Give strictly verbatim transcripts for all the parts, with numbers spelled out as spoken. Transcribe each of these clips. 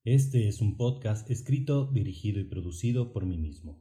Este es un podcast escrito, dirigido y producido por mí mismo.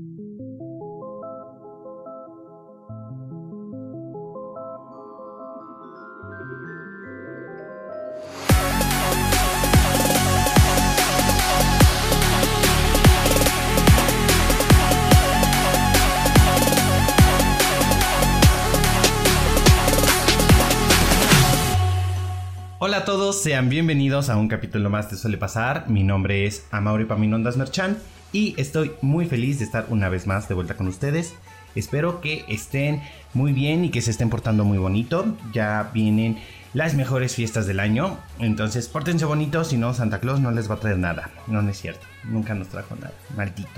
Hola a todos, sean bienvenidos a un capítulo más de Suele Pasar. Mi nombre es Amaury Paminondas Merchan y estoy muy feliz de estar una vez más de vuelta con ustedes. Espero que estén muy bien y que se estén portando muy bonito. Ya vienen las mejores fiestas del año, entonces pórtense bonito, si no Santa Claus no les va a traer nada. No, no es cierto, nunca nos trajo nada, maldito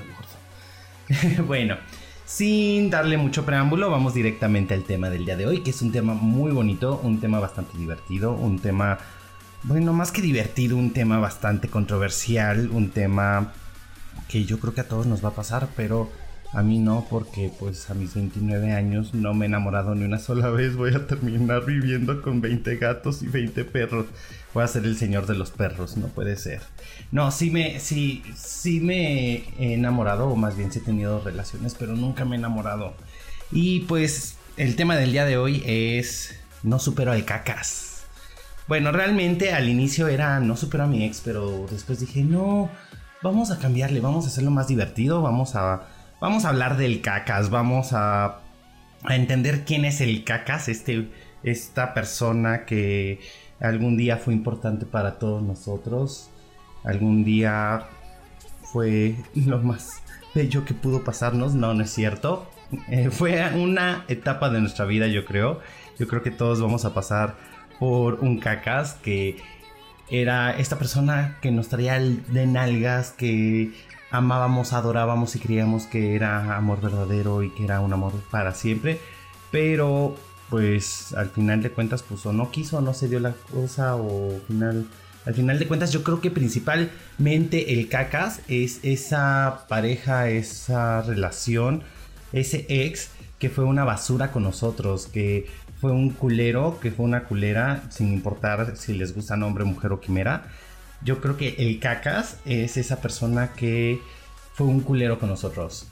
gordo. Bueno, sin darle mucho preámbulo, vamos directamente al tema del día de hoy, que es un tema muy bonito, un tema bastante divertido, un tema, bueno, más que divertido, un tema bastante controversial, un tema que yo creo que a todos nos va a pasar, pero a mí no, porque pues a mis veintinueve años no me he enamorado ni una sola vez. Voy a terminar viviendo con veinte gatos y veinte perros. Voy a ser el señor de los perros, no puede ser. No, sí me, sí, sí me he enamorado, o más bien sí he tenido relaciones, pero nunca me he enamorado. Y pues el tema del día de hoy es no supero al cacas. Bueno, realmente al inicio era no supero a mi ex, pero después dije no, vamos a cambiarle, vamos a hacerlo más divertido, vamos a... Vamos a hablar del cacas, vamos a, a entender quién es el cacas, este, esta persona que algún día fue importante para todos nosotros, algún día fue lo más bello que pudo pasarnos. No, no es cierto, eh, fue una etapa de nuestra vida, yo creo, yo creo que todos vamos a pasar por un cacas que era esta persona que nos traía de nalgas, que amábamos, adorábamos y creíamos que era amor verdadero y que era un amor para siempre, pero pues al final de cuentas pues o no quiso o no se dio la cosa, o al final, al final de cuentas yo creo que principalmente el cacas es esa pareja, esa relación, ese ex que fue una basura con nosotros, que fue un culero, que fue una culera, sin importar si les gusta hombre, mujer o quimera. Yo creo que el cacas es esa persona que fue un culero con nosotros.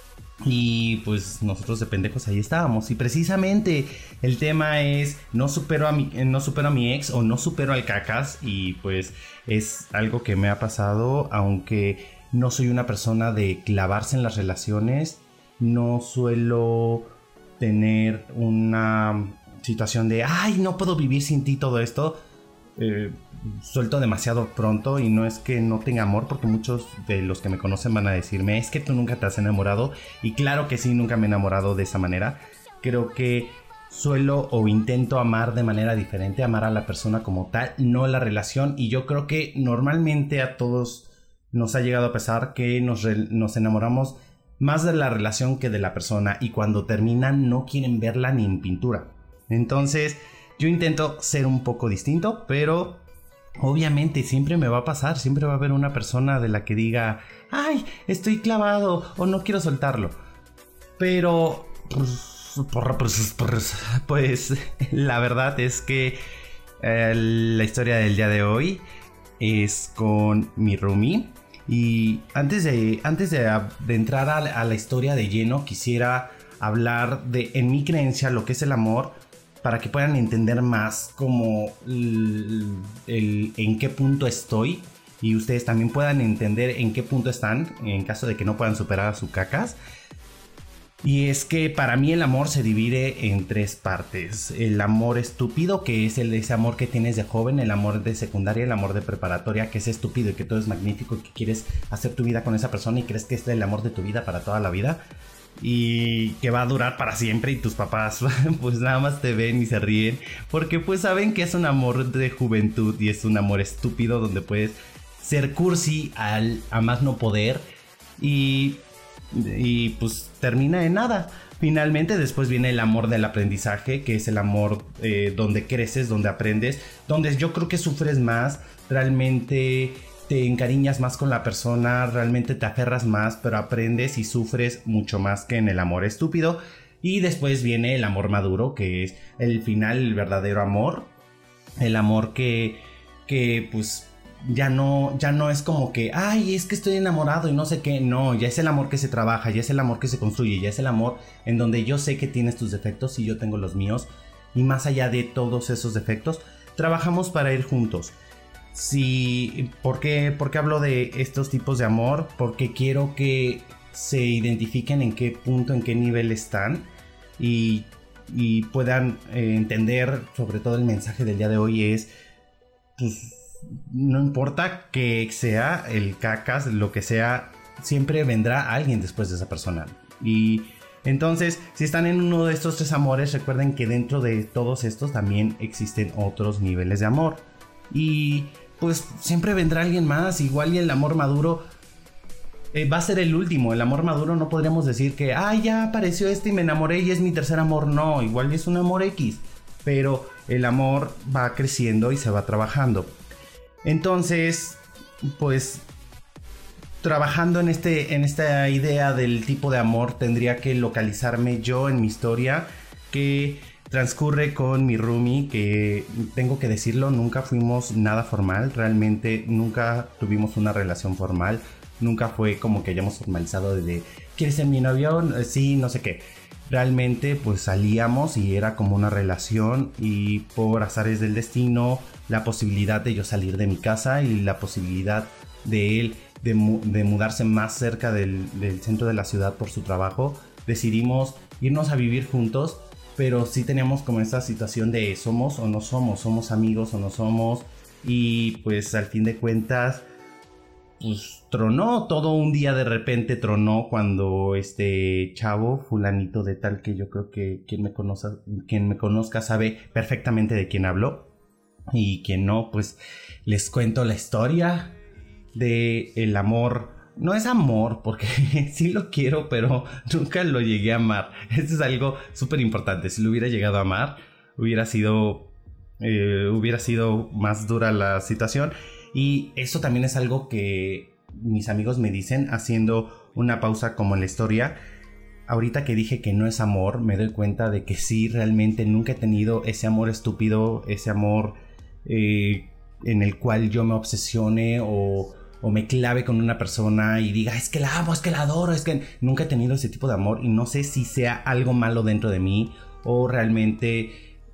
Y pues nosotros de pendejos ahí estábamos. Y precisamente el tema es no supero a mi, no supero a mi ex o no supero al cacas. Y pues es algo que me ha pasado, aunque no soy una persona de clavarse en las relaciones. No suelo tener una situación de ay, no puedo vivir sin ti, todo esto. Eh, suelto demasiado pronto, y no es que no tenga amor, porque muchos de los que me conocen van a decirme es que tú nunca te has enamorado, y claro que sí, nunca me he enamorado de esa manera. Creo que suelo o intento amar de manera diferente, amar a la persona como tal, no la relación, y yo creo que normalmente a todos nos ha llegado a pasar que nos, re- nos enamoramos más de la relación que de la persona, y cuando terminan no quieren verla ni en pintura. Entonces yo intento ser un poco distinto, pero obviamente siempre me va a pasar, siempre va a haber una persona de la que diga ay, estoy clavado o no quiero soltarlo. Pero pues, pues, pues, pues la verdad es que eh, la historia del día de hoy es con mi roomie. Y antes de, antes de, de entrar a, a la historia de lleno, quisiera hablar de, en mi creencia, lo que es el amor, para que puedan entender más como el, el, en qué punto estoy, y ustedes también puedan entender en qué punto están en caso de que no puedan superar a su cacas. Y es que para mí el amor se divide en tres partes: el amor estúpido, que es el, ese amor que tienes de joven; el amor de secundaria; el amor de preparatoria, que es estúpido y que todo es magnífico y que quieres hacer tu vida con esa persona y crees que es el amor de tu vida para toda la vida y que va a durar para siempre, y tus papás pues nada más te ven y se ríen porque pues saben que es un amor de juventud y es un amor estúpido donde puedes ser cursi al, a más no poder, y, y pues termina en nada. Finalmente después viene el amor del aprendizaje, que es el amor eh, donde creces, donde aprendes, donde yo creo que sufres más, realmente te encariñas más con la persona, realmente te aferras más, pero aprendes y sufres mucho más que en el amor estúpido. Y después viene el amor maduro, que es el final, el verdadero amor, el amor que, que pues ya no, ya no es como que, ay, es que estoy enamorado y no sé qué. No, ya es el amor que se trabaja, ya es el amor que se construye, ya es el amor en donde yo sé que tienes tus defectos y yo tengo los míos. Y más allá de todos esos defectos, trabajamos para ir juntos. Sí, ¿por qué, ¿por qué hablo de estos tipos de amor? Porque quiero que se identifiquen en qué punto, en qué nivel están y, y puedan eh, entender, sobre todo el mensaje del día de hoy es, pues, no importa que sea el cacas, lo que sea, siempre vendrá alguien después de esa persona. Y entonces, si están en uno de estos tres amores, recuerden que dentro de todos estos también existen otros niveles de amor. Y pues siempre vendrá alguien más, igual y el amor maduro eh, va a ser el último. El amor maduro no podríamos decir que, ah, ya apareció este y me enamoré y es mi tercer amor. No, igual es un amor X, pero el amor va creciendo y se va trabajando. Entonces, pues trabajando en, este, en esta idea del tipo de amor, tendría que localizarme yo en mi historia que transcurre con mi roomie, que tengo que decirlo, nunca fuimos nada formal, realmente nunca tuvimos una relación formal, nunca fue como que hayamos formalizado de ¿quieres ser mi novio? Sí, no sé qué. Realmente pues salíamos y era como una relación y por azares del destino, la posibilidad de yo salir de mi casa y la posibilidad de él de, mu- de mudarse más cerca del, del centro de la ciudad por su trabajo, decidimos irnos a vivir juntos, pero sí teníamos como esta situación de somos o no somos, somos amigos o no somos, y pues al fin de cuentas pues tronó todo un día, de repente tronó cuando este chavo fulanito de tal, que yo creo que quien me conozca, quien me conozca sabe perfectamente de quién hablo, y quien no, pues les cuento la historia de el amor. No es amor, porque sí lo quiero, pero nunca lo llegué a amar. Esto es algo súper importante. Si lo hubiera llegado a amar, hubiera sido, eh, hubiera sido más dura la situación. Y eso también es algo que mis amigos me dicen, haciendo una pausa como en la historia. Ahorita que dije que no es amor, me doy cuenta de que sí, realmente nunca he tenido ese amor estúpido, ese amor eh, en el cual yo me obsesione o... o me clave con una persona y diga, es que la amo, es que la adoro, es que nunca he tenido ese tipo de amor y no sé si sea algo malo dentro de mí o realmente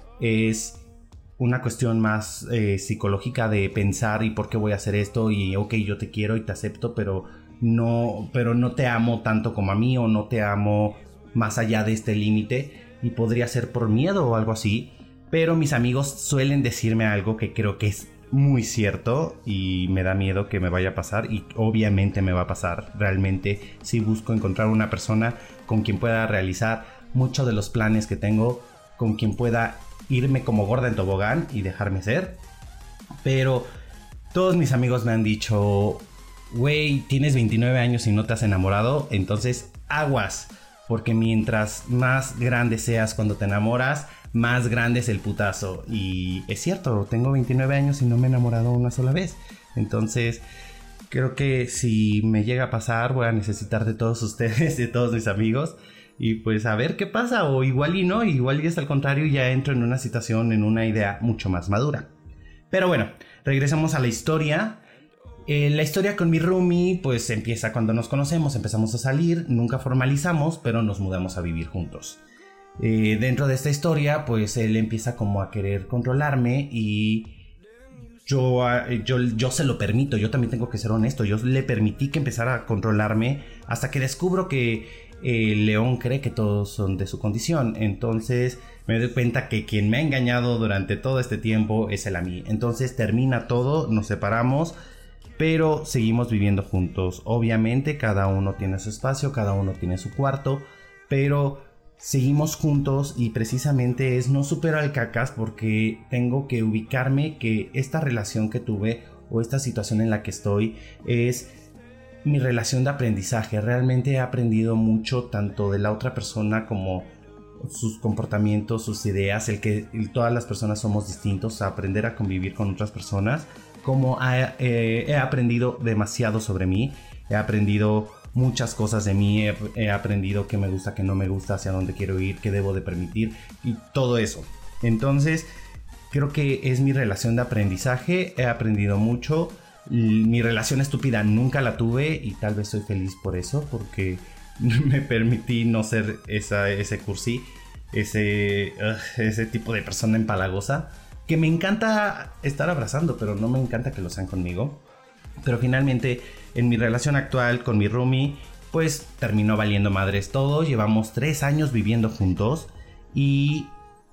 es una cuestión más eh, psicológica de pensar y por qué voy a hacer esto y ok, yo te quiero y te acepto, pero no, pero no te amo tanto como a mí o no te amo más allá de este límite y podría ser por miedo o algo así, pero mis amigos suelen decirme algo que creo que es muy cierto y me da miedo que me vaya a pasar y obviamente me va a pasar. Realmente sí busco encontrar una persona con quien pueda realizar muchos de los planes que tengo, con quien pueda irme como gorda en tobogán y dejarme ser. Pero todos mis amigos me han dicho, güey, tienes veintinueve años y no te has enamorado, entonces aguas, porque mientras más grande seas cuando te enamoras, más grande es el putazo. Y es cierto, tengo veintinueve años y no me he enamorado una sola vez. Entonces creo que si me llega a pasar voy a necesitar de todos ustedes, de todos mis amigos, y pues a ver qué pasa. O igual y no, igual y es al contrario, ya entro en una situación, en una idea mucho más madura. Pero bueno, regresamos a la historia. Eh, la historia con mi roomie pues empieza cuando nos conocemos, empezamos a salir, nunca formalizamos, pero nos mudamos a vivir juntos. Eh, dentro de esta historia pues él empieza como a querer controlarme y yo, yo, yo se lo permito. Yo también tengo que ser honesto, yo le permití que empezara a controlarme hasta que descubro que eh, León cree que todos son de su condición. Entonces me doy cuenta que quien me ha engañado durante todo este tiempo es él a mí. Entonces termina todo, nos separamos, pero seguimos viviendo juntos. Obviamente cada uno tiene su espacio, cada uno tiene su cuarto, pero seguimos juntos y precisamente es no superar al cacas porque tengo que ubicarme que esta relación que tuve o esta situación en la que estoy es mi relación de aprendizaje. Realmente he aprendido mucho tanto de la otra persona como sus comportamientos, sus ideas, el que todas las personas somos distintos, a aprender a convivir con otras personas, como he, eh, he aprendido demasiado sobre mí, he aprendido muchas cosas de mí, he, he aprendido qué me gusta, qué no me gusta, hacia dónde quiero ir, qué debo de permitir y todo eso. Entonces creo que es mi relación de aprendizaje, he aprendido mucho Mi relación estúpida nunca la tuve y tal vez soy feliz por eso, porque me permití no ser esa, ese cursi, ese, uh, ese tipo de persona empalagosa que me encanta estar abrazando, pero no me encanta que lo sean conmigo. Pero finalmente en mi relación actual con mi roomie, pues terminó valiendo madres todo. Llevamos tres años viviendo juntos y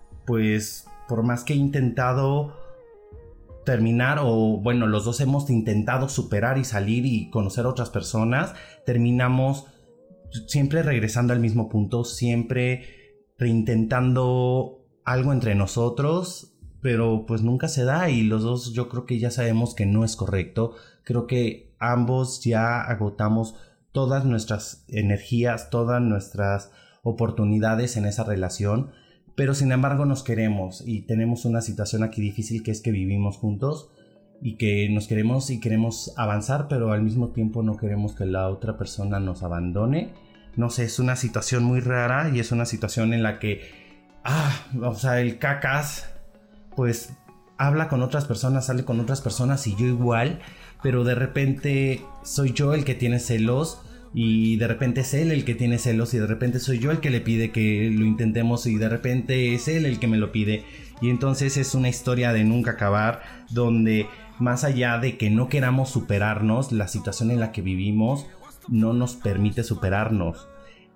pues por más que he intentado terminar, o bueno, los dos hemos intentado superar y salir y conocer a otras personas, terminamos siempre regresando al mismo punto, siempre reintentando algo entre nosotros, pero pues nunca se da y los dos yo creo que ya sabemos que no es correcto. Creo que ambos ya agotamos todas nuestras energías, todas nuestras oportunidades en esa relación, pero sin embargo nos queremos y tenemos una situación aquí difícil, que es que vivimos juntos y que nos queremos y queremos avanzar, pero al mismo tiempo no queremos que la otra persona nos abandone. No sé, es una situación muy rara y es una situación en la que, ah, o sea, el cacas, pues habla con otras personas, sale con otras personas y yo igual, pero de repente soy yo el que tiene celos. Y de repente es él el que tiene celos y de repente soy yo el que le pide que lo intentemos y de repente es él el que me lo pide. Y entonces es una historia de nunca acabar, donde más allá de que no queramos superarnos, la situación en la que vivimos no nos permite superarnos.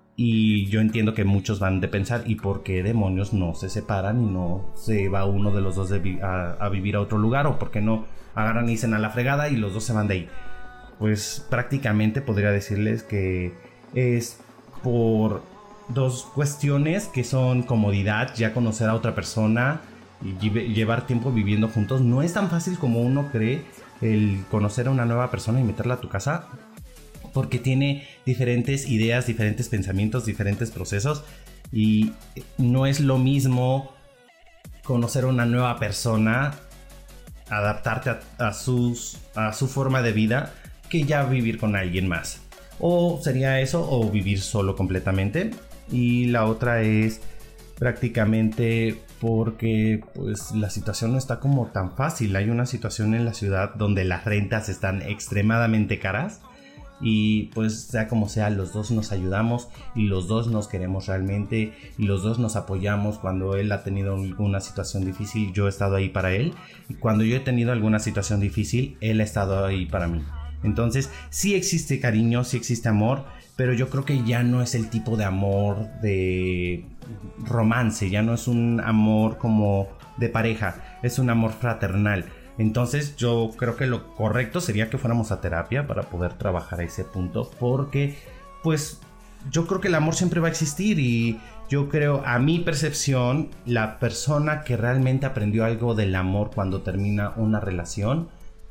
Y yo entiendo que muchos van de pensar, ¿y por qué demonios no se separan y no se va uno de los dos de vi- a, a vivir a otro lugar? ¿O por qué no agarran y dicen a la fregada y los dos se van de ahí? Pues prácticamente podría decirles que es por dos cuestiones que son comodidad, ya conocer a otra persona y llevar tiempo viviendo juntos. No es tan fácil como uno cree el conocer a una nueva persona y meterla a tu casa, porque tiene diferentes ideas, diferentes pensamientos, diferentes procesos y no es lo mismo conocer a una nueva persona, adaptarte a, a, sus, a su forma de vida, que ya vivir con alguien más. O sería eso, o vivir solo completamente. Y la otra es prácticamente porque pues la situación no está como tan fácil. Hay una situación en la ciudad donde las rentas están extremadamente caras. Y pues sea como sea, los dos nos ayudamos y los dos nos queremos realmente y los dos nos apoyamos. Cuando él ha tenido alguna situación difícil, yo he estado ahí para él, y cuando yo he tenido alguna situación difícil, él ha estado ahí para mí. Entonces sí existe cariño, sí existe amor, pero yo creo que ya no es el tipo de amor de romance, ya no es un amor como de pareja, es un amor fraternal. Entonces yo creo que lo correcto sería que fuéramos a terapia para poder trabajar a ese punto, porque pues yo creo que el amor siempre va a existir y yo creo, a mi percepción, la persona que realmente aprendió algo del amor cuando termina una relación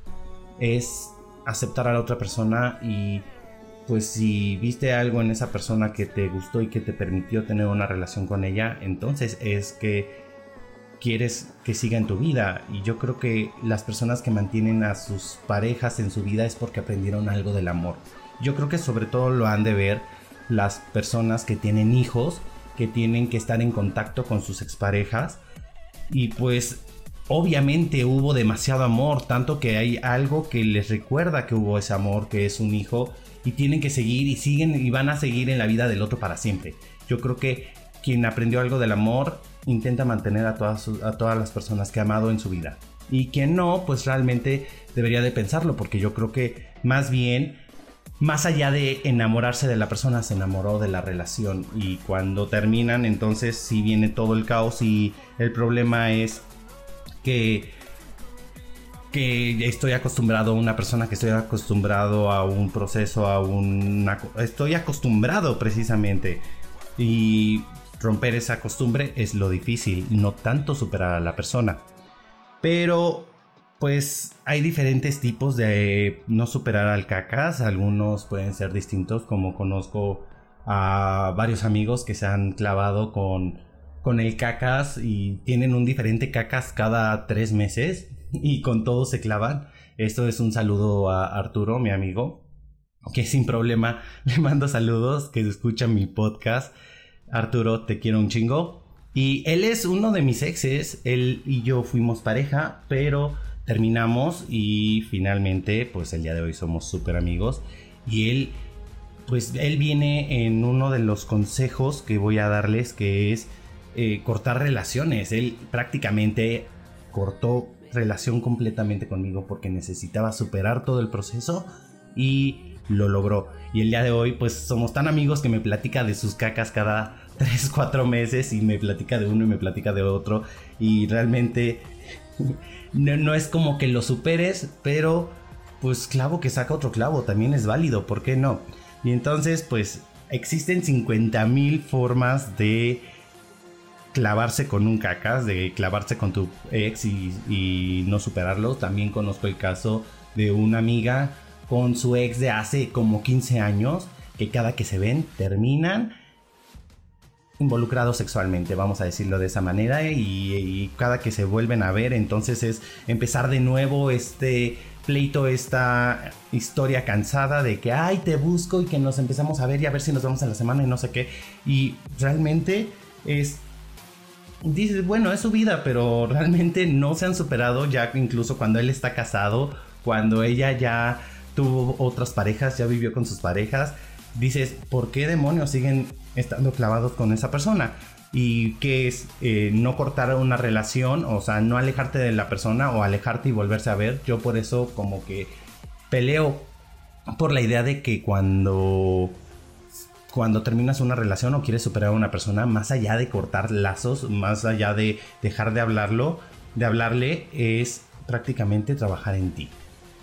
es aceptar a la otra persona. Y pues si viste algo en esa persona que te gustó y que te permitió tener una relación con ella, entonces es que quieres que siga en tu vida. Y yo creo que las personas que mantienen a sus parejas en su vida es porque aprendieron algo del amor. Yo creo que sobre todo lo han de ver las personas que tienen hijos, que tienen que estar en contacto con sus exparejas, y pues obviamente hubo demasiado amor, tanto que hay algo que les recuerda que hubo ese amor, que es un hijo, y tienen que seguir y siguen y van a seguir en la vida del otro para siempre. Yo creo que quien aprendió algo del amor intenta mantener a todas, a todas las personas que ha amado en su vida, y quien no, pues realmente debería de pensarlo, porque yo creo que más bien, más allá de enamorarse de la persona, se enamoró de la relación, y cuando terminan, entonces sí viene todo el caos. Y el problema es que que estoy acostumbrado a una persona, que estoy acostumbrado a un proceso, a una, estoy acostumbrado precisamente, y romper esa costumbre es lo difícil, no tanto superar a la persona. Pero pues hay diferentes tipos de no superar al cacas. Algunos pueden ser distintos, como conozco a varios amigos que se han clavado con, con el cacas y tienen un diferente cacas cada tres meses y con todo se clavan. Esto es un saludo a Arturo, mi amigo, que sin problema le mando saludos, que escucha mi podcast. Arturo, te quiero un chingo. Y él es uno de mis exes. Él y yo fuimos pareja, pero terminamos y finalmente pues el día de hoy somos súper amigos. Y él pues él viene en uno de los consejos que voy a darles, que es eh, cortar relaciones. Él prácticamente cortó relación completamente conmigo porque necesitaba superar todo el proceso y lo logró. Y el día de hoy pues somos tan amigos que me platica de sus cacas cada tres, cuatro meses y me platica de uno y me platica de otro. Y realmente no, no es como que lo superes, pero pues clavo que saca otro clavo también es válido, ¿por qué no? Y entonces pues existen cincuenta mil formas de clavarse con un cacas, de clavarse con tu ex y, y no superarlo. También conozco el caso de una amiga con su ex de hace como quince años, que cada que se ven terminan involucrados sexualmente, vamos a decirlo de esa manera, y, y cada que se vuelven a ver entonces es empezar de nuevo este pleito, esta historia cansada de que ay te busco y que nos empezamos a ver y a ver si nos vemos en la semana y no sé qué. Y realmente es, dices, bueno, es su vida, pero realmente no se han superado. Ya incluso cuando él está casado, cuando ella ya tuvo otras parejas, ya vivió con sus parejas, dices, ¿por qué demonios siguen estando clavados con esa persona? Y que es eh, no cortar una relación, o sea, no alejarte de la persona o alejarte y volverse a ver. Yo por eso como que peleo por la idea de que cuando cuando terminas una relación o quieres superar a una persona, más allá de cortar lazos, más allá de dejar de hablarlo, de hablarle, es prácticamente trabajar en ti.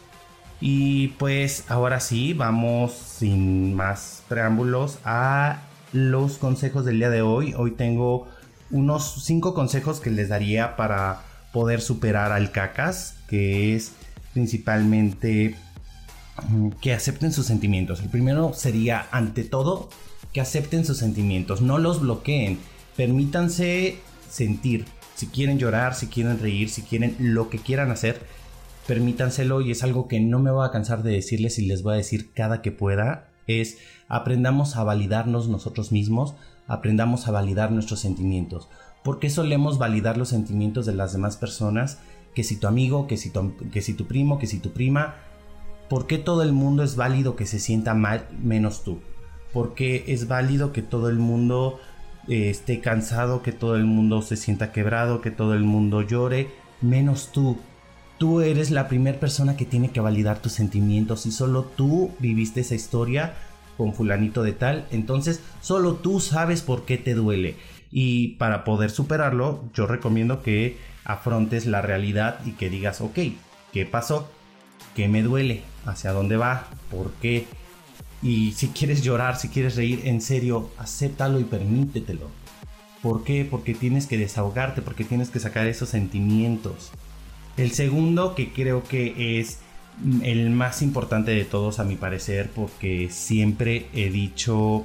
Y pues ahora sí, vamos sin más preámbulos a los consejos del día de hoy. Hoy tengo unos cinco consejos que les daría para poder superar al cacas, que es principalmente que acepten sus sentimientos. El primero sería, ante todo, que acepten sus sentimientos, no los bloqueen, permítanse sentir. Si quieren llorar, si quieren reír, si quieren lo que quieran hacer, permítanselo. Y es algo que no me voy a cansar de decirles y les voy a decir cada que pueda, es aprendamos a validarnos nosotros mismos, aprendamos a validar nuestros sentimientos. ¿Por qué solemos validar los sentimientos de las demás personas? Que si tu amigo, que si tu, que si tu primo, que si tu prima. ¿Por qué todo el mundo es válido que se sienta mal menos tú? ¿Por qué es válido que todo el mundo eh, esté cansado, que todo el mundo se sienta quebrado, que todo el mundo llore menos tú? Tú eres la primera persona que tiene que validar tus sentimientos y solo tú viviste esa historia con fulanito de tal, entonces solo tú sabes por qué te duele. Y para poder superarlo, yo recomiendo que afrontes la realidad y que digas, ok, ¿qué pasó? ¿Qué me duele? ¿Hacia dónde va? ¿Por qué? Y si quieres llorar, si quieres reír, en serio, acéptalo y permítetelo. ¿Por qué? Porque tienes que desahogarte, porque tienes que sacar esos sentimientos. El segundo, que creo que es el más importante de todos a mi parecer, porque siempre he dicho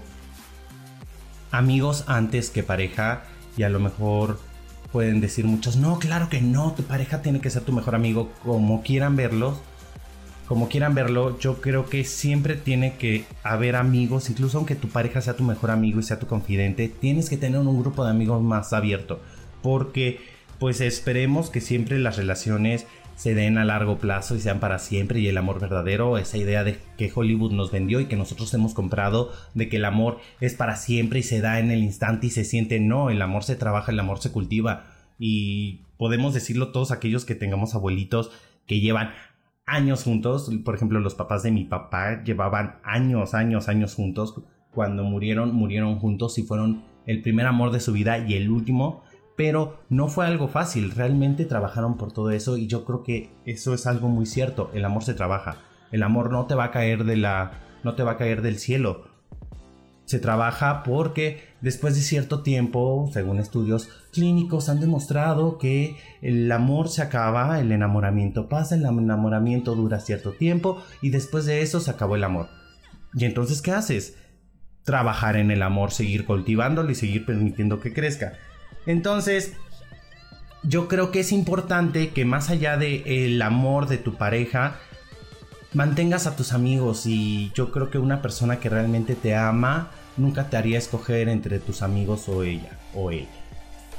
amigos antes que pareja, y a lo mejor pueden decir muchos, no, claro que no, tu pareja tiene que ser tu mejor amigo. Como quieran verlos, como quieran verlo, yo creo que siempre tiene que haber amigos, incluso aunque tu pareja sea tu mejor amigo y sea tu confidente, tienes que tener un grupo de amigos más abierto, porque pues esperemos que siempre las relaciones se den a largo plazo y sean para siempre, y el amor verdadero, esa idea de que Hollywood nos vendió y que nosotros hemos comprado, de que el amor es para siempre y se da en el instante y se siente, no, el amor se trabaja, el amor se cultiva. Y podemos decirlo todos aquellos que tengamos abuelitos que llevan años juntos. Por ejemplo, los papás de mi papá llevaban años, años, años juntos. Cuando murieron, murieron juntos y fueron el primer amor de su vida y el último. Pero no fue algo fácil, realmente trabajaron por todo eso, y yo creo que eso es algo muy cierto. El amor se trabaja, el amor no te va a caer de la, no te va a caer del cielo. Se trabaja porque después de cierto tiempo, según estudios clínicos, han demostrado que el amor se acaba, el enamoramiento pasa, el enamoramiento dura cierto tiempo y después de eso se acabó el amor. ¿Y entonces qué haces? Trabajar en el amor, seguir cultivándolo y seguir permitiendo que crezca. Entonces, yo creo que es importante que más allá del amor de tu pareja, mantengas a tus amigos. Y yo creo que una persona que realmente te ama nunca te haría escoger entre tus amigos o ella o él.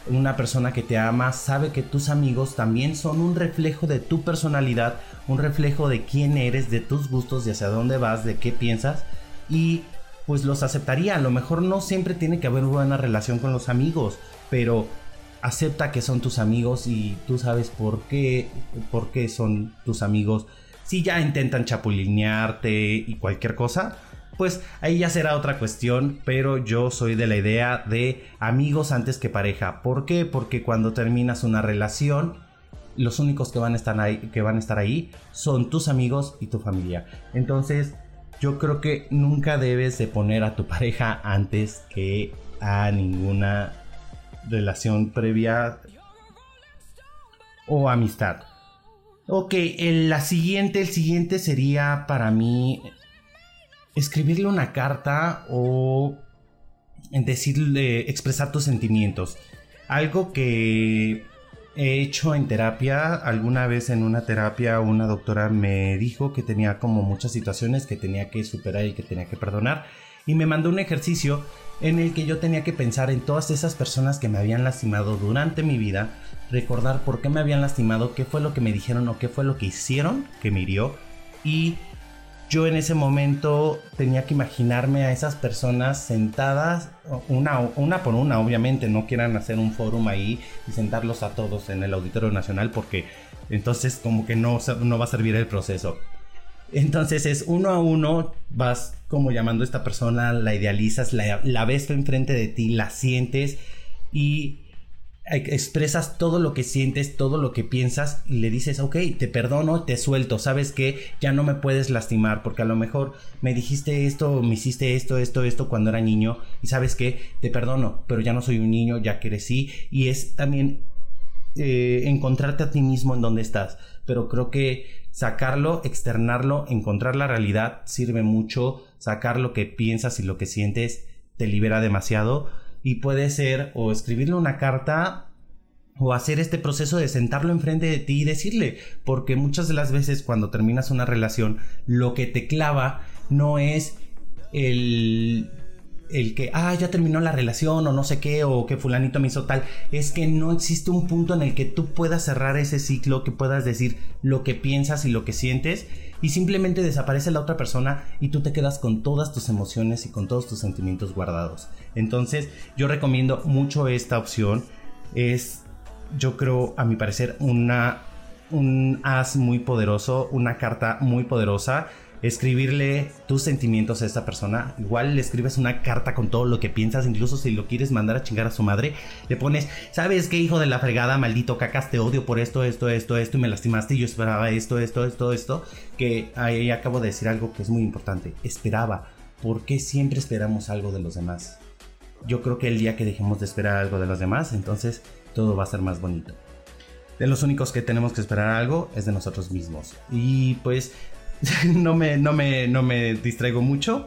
una persona que te ama sabe que tus amigos también son un reflejo de tu personalidad, un reflejo de quién eres, de tus gustos, de hacia dónde vas, de qué piensas, y pues los aceptaría. A lo mejor no siempre tiene que haber una buena relación con los amigos, pero acepta que son tus amigos y tú sabes por qué, por qué son tus amigos. Si ya intentan chapulinearte y cualquier cosa, pues ahí ya será otra cuestión, pero yo soy de la idea de amigos antes que pareja. ¿Por qué? Porque cuando terminas una relación, los únicos que van a estar ahí, que van a estar ahí son tus amigos y tu familia. Entonces, yo creo que nunca debes de poner a tu pareja antes que a ninguna relación previa o amistad. Ok, el, la siguiente, el siguiente sería para mí escribirle una carta o decirle, expresar tus sentimientos. Algo que he hecho en terapia. Alguna vez en una terapia una doctora me dijo que tenía como muchas situaciones que tenía que superar y que tenía que perdonar, y me mandó un ejercicio en el que yo tenía que pensar en todas esas personas que me habían lastimado durante mi vida, recordar por qué me habían lastimado, qué fue lo que me dijeron o qué fue lo que hicieron que me hirió, y yo en ese momento tenía que imaginarme a esas personas sentadas, una, una por una, obviamente. No quieran hacer un fórum ahí y sentarlos a todos en el Auditorio Nacional, porque entonces como que no, no va a servir el proceso. Entonces es uno a uno, vas como llamando a esta persona, la idealizas, la, la ves enfrente de ti, la sientes y expresas todo lo que sientes, todo lo que piensas, y le dices, ok, te perdono, te suelto, sabes que ya no me puedes lastimar, porque a lo mejor me dijiste esto, me hiciste esto, esto, esto cuando era niño, y sabes que te perdono, pero ya no soy un niño, ya crecí. Y es también eh, encontrarte a ti mismo en donde estás, pero creo que sacarlo, externarlo, encontrar la realidad sirve mucho. Sacar lo que piensas y lo que sientes te libera demasiado. Y puede ser o escribirle una carta o hacer este proceso de sentarlo enfrente de ti y decirle, porque muchas de las veces cuando terminas una relación, lo que te clava no es el, el que, ah, ya terminó la relación o no sé qué, o que fulanito me hizo tal. Es que no existe un punto en el que tú puedas cerrar ese ciclo, que puedas decir lo que piensas y lo que sientes, y simplemente desaparece la otra persona y tú te quedas con todas tus emociones y con todos tus sentimientos guardados. Entonces yo recomiendo mucho esta opción. Es, yo creo, a mi parecer, una, un as muy poderoso, una carta muy poderosa. Escribirle tus sentimientos a esta persona. Igual le escribes una carta con todo lo que piensas. Incluso si lo quieres mandar a chingar a su madre, le pones, ¿sabes qué, hijo de la fregada, maldito cacas? Te odio por esto, esto, esto, esto, y me lastimaste y yo esperaba esto, esto, esto, esto. Que ahí acabo de decir algo que es muy importante. Esperaba. ¿Por qué siempre esperamos algo de los demás? Yo creo que el día que dejemos de esperar algo de los demás, entonces todo va a ser más bonito. De los únicos que tenemos que esperar algo es de nosotros mismos. Y pues no me, no me, no me distraigo mucho.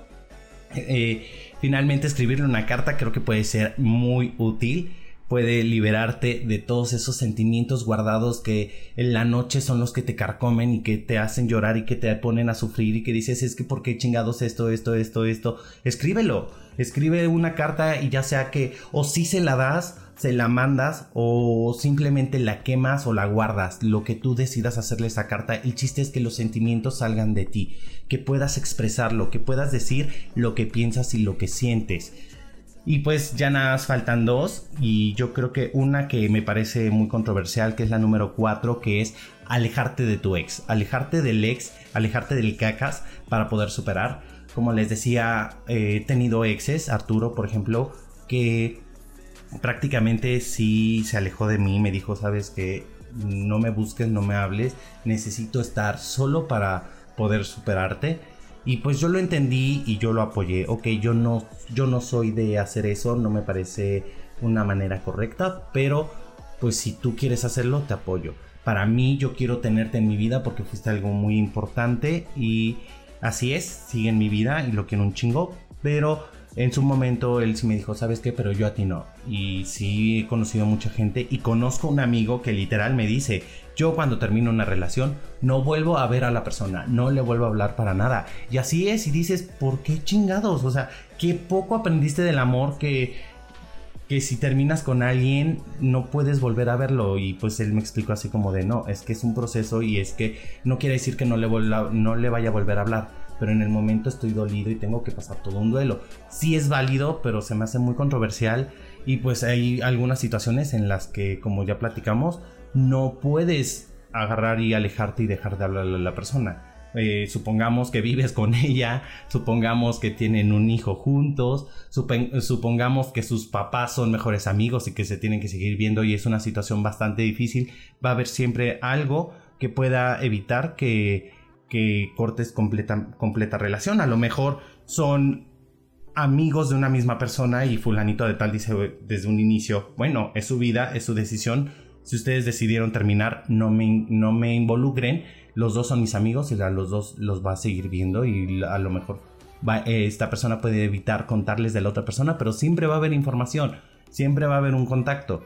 Eh, finalmente, escribirle una carta creo que puede ser muy útil. Puede liberarte de todos esos sentimientos guardados que en la noche son los que te carcomen y que te hacen llorar y que te ponen a sufrir, y que dices, es que ¿por qué chingados esto, esto, esto, esto? Escríbelo, escribe una carta, y ya sea que o si se la das, se la mandas, o simplemente la quemas o la guardas, lo que tú decidas hacerle esa carta. El chiste es que los sentimientos salgan de ti, que puedas expresarlo, que puedas decir lo que piensas y lo que sientes. Y pues ya nada más faltan dos, y yo creo que una que me parece muy controversial, que es la número cuatro, que es alejarte de tu ex, alejarte del ex, alejarte del cacas para poder superar. Como les decía, eh, he tenido exes, Arturo por ejemplo, que prácticamente sí se alejó de mí, me dijo, sabes que no me busques, no me hables, necesito estar solo para poder superarte. Y pues yo lo entendí y yo lo apoyé. Ok, yo no, yo no soy de hacer eso, no me parece una manera correcta, pero pues si tú quieres hacerlo, te apoyo. Para mí, yo quiero tenerte en mi vida porque fuiste algo muy importante, y así es, sigue en mi vida y lo quiero un chingo. Pero en su momento él sí me dijo, ¿sabes qué? Pero yo a ti no. Y sí he conocido a mucha gente, y conozco un amigo que literal me dice, yo cuando termino una relación no vuelvo a ver a la persona, no le vuelvo a hablar para nada. Y así es, y dices, ¿por qué chingados? O sea, qué poco aprendiste del amor, que que si terminas con alguien no puedes volver a verlo. Y pues él me explicó así como de no, es que es un proceso y es que no quiere decir que no le, vol- no le vaya a volver a hablar, pero en el momento estoy dolido y tengo que pasar todo un duelo. Sí es válido, pero se me hace muy controversial. Y pues hay algunas situaciones en las que, como ya platicamos, no puedes agarrar y alejarte y dejar de hablarle a la persona. Eh, supongamos que vives con ella, supongamos que tienen un hijo juntos, supen- supongamos que sus papás son mejores amigos y que se tienen que seguir viendo y es una situación bastante difícil. Va a haber siempre algo que pueda evitar que, que cortes completa, completa relación. A lo mejor son amigos de una misma persona y fulanito de tal dice desde un inicio, bueno, es su vida, es su decisión. Si ustedes decidieron terminar, no me, no me involucren. Los dos son mis amigos y a los dos los va a seguir viendo y a lo mejor va, eh, esta persona puede evitar contarles de la otra persona, pero siempre va a haber información, siempre va a haber un contacto.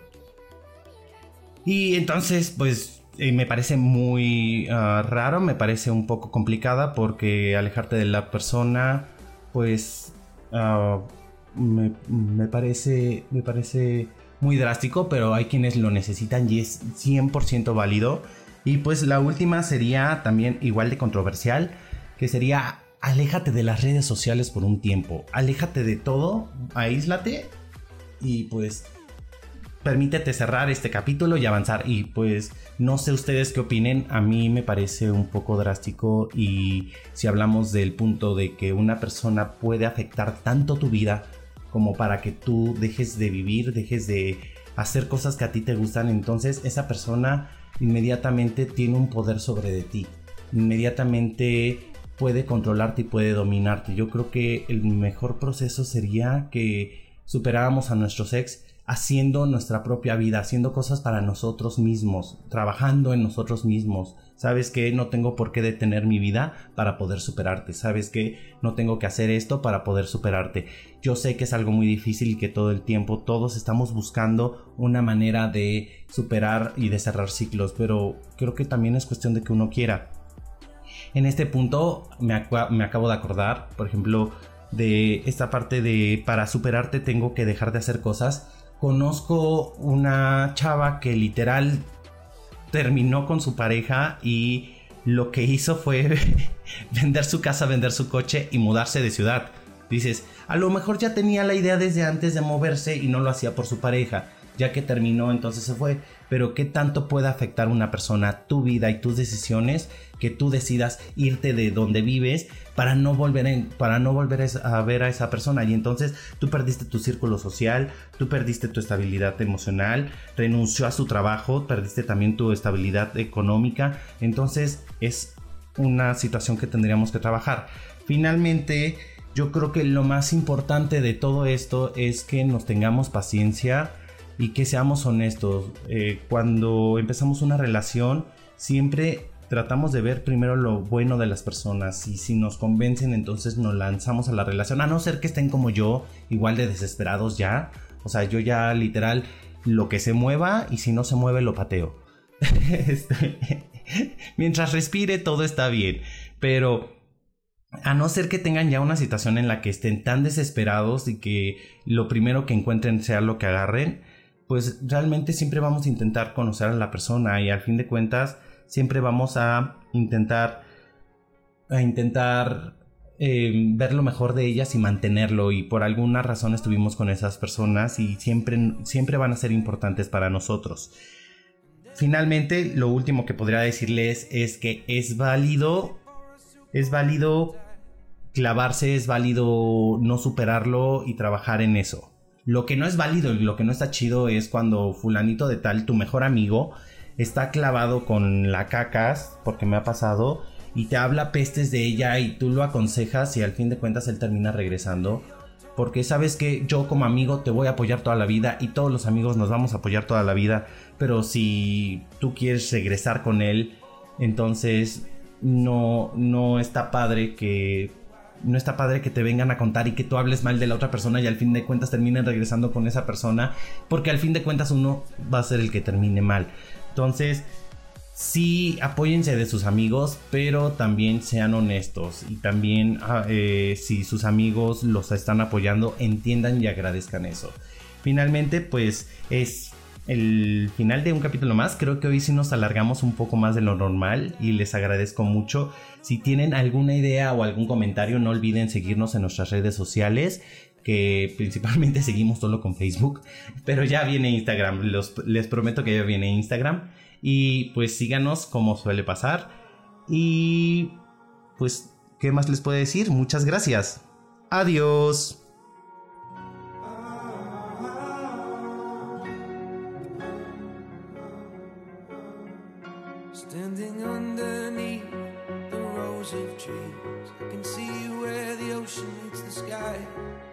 Y entonces, pues, eh, me parece muy uh, raro, me parece un poco complicada porque alejarte de la persona, pues, uh, me, me parece, me parece muy drástico, pero hay quienes lo necesitan y es cien por ciento válido. Y pues la última sería también igual de controversial, que sería aléjate de las redes sociales por un tiempo, aléjate de todo, aíslate y pues permítete cerrar este capítulo y avanzar. Y pues no sé ustedes qué opinen, a mí me parece un poco drástico. Y si hablamos del punto de que una persona puede afectar tanto tu vida como para que tú dejes de vivir, dejes de hacer cosas que a ti te gustan, entonces esa persona inmediatamente tiene un poder sobre de ti, inmediatamente puede controlarte y puede dominarte. Yo creo que el mejor proceso sería que superáramos a nuestros ex haciendo nuestra propia vida, haciendo cosas para nosotros mismos, trabajando en nosotros mismos. ¿Sabes qué? No tengo por qué detener mi vida para poder superarte. ¿Sabes qué? No tengo que hacer esto para poder superarte. Yo sé que es algo muy difícil y que todo el tiempo todos estamos buscando una manera de superar y de cerrar ciclos, pero creo que también es cuestión de que uno quiera. En este punto me, ac- me acabo de acordar, por ejemplo, de esta parte de para superarte tengo que dejar de hacer cosas. Conozco una chava que literal terminó con su pareja y lo que hizo fue vender su casa, vender su coche y mudarse de ciudad. Dices, a lo mejor ya tenía la idea desde antes de moverse y no lo hacía por su pareja. Ya que terminó, entonces se fue. Pero ¿qué tanto puede afectar a una persona, tu vida y tus decisiones, que tú decidas irte de donde vives para no volver, en, para no volver a ver a esa persona? Y entonces tú perdiste tu círculo social, tú perdiste tu estabilidad emocional, renunció a su trabajo, perdiste también tu estabilidad económica. Entonces es una situación que tendríamos que trabajar. Finalmente, yo creo que lo más importante de todo esto es que nos tengamos paciencia y que seamos honestos. Eh, cuando empezamos una relación, siempre tratamos de ver primero lo bueno de las personas y si nos convencen, entonces nos lanzamos a la relación, a no ser que estén como yo, igual de desesperados ya. O sea, yo ya literal lo que se mueva y si no se mueve lo pateo. este, mientras respire todo está bien, pero a no ser que tengan ya una situación en la que estén tan desesperados y que lo primero que encuentren sea lo que agarren, pues realmente siempre vamos a intentar conocer a la persona y al fin de cuentas siempre vamos a intentar a intentar eh, ver lo mejor de ellas y mantenerlo, y por alguna razón estuvimos con esas personas y siempre, siempre van a ser importantes para nosotros. Finalmente, lo último que podría decirles es que es válido es válido clavarse, es válido no superarlo y trabajar en eso. Lo que no es válido y lo que no está chido es cuando fulanito de tal, tu mejor amigo, está clavado con la cacas, porque me ha pasado, y te habla pestes de ella y tú lo aconsejas y al fin de cuentas él termina regresando. Porque sabes que yo como amigo te voy a apoyar toda la vida y todos los amigos nos vamos a apoyar toda la vida, pero si tú quieres regresar con él, entonces no, no está padre que... No está padre que te vengan a contar y que tú hables mal de la otra persona y al fin de cuentas terminen regresando con esa persona, porque al fin de cuentas uno va a ser el que termine mal. Entonces, sí, apóyense de sus amigos, pero también sean honestos y también eh, si sus amigos los están apoyando, entiendan y agradezcan eso. finalmente pues es el final de un capítulo más. Creo que hoy sí nos alargamos un poco más de lo normal y les agradezco mucho. Si tienen alguna idea o algún comentario, no olviden seguirnos en nuestras redes sociales, que principalmente seguimos solo con Facebook, pero ya viene Instagram. Los, les prometo que ya viene Instagram. Y pues síganos como suele pasar. Y pues, ¿qué más les puedo decir? Muchas gracias. Adiós. Standing underneath the rows of trees, I can see where the ocean meets the sky.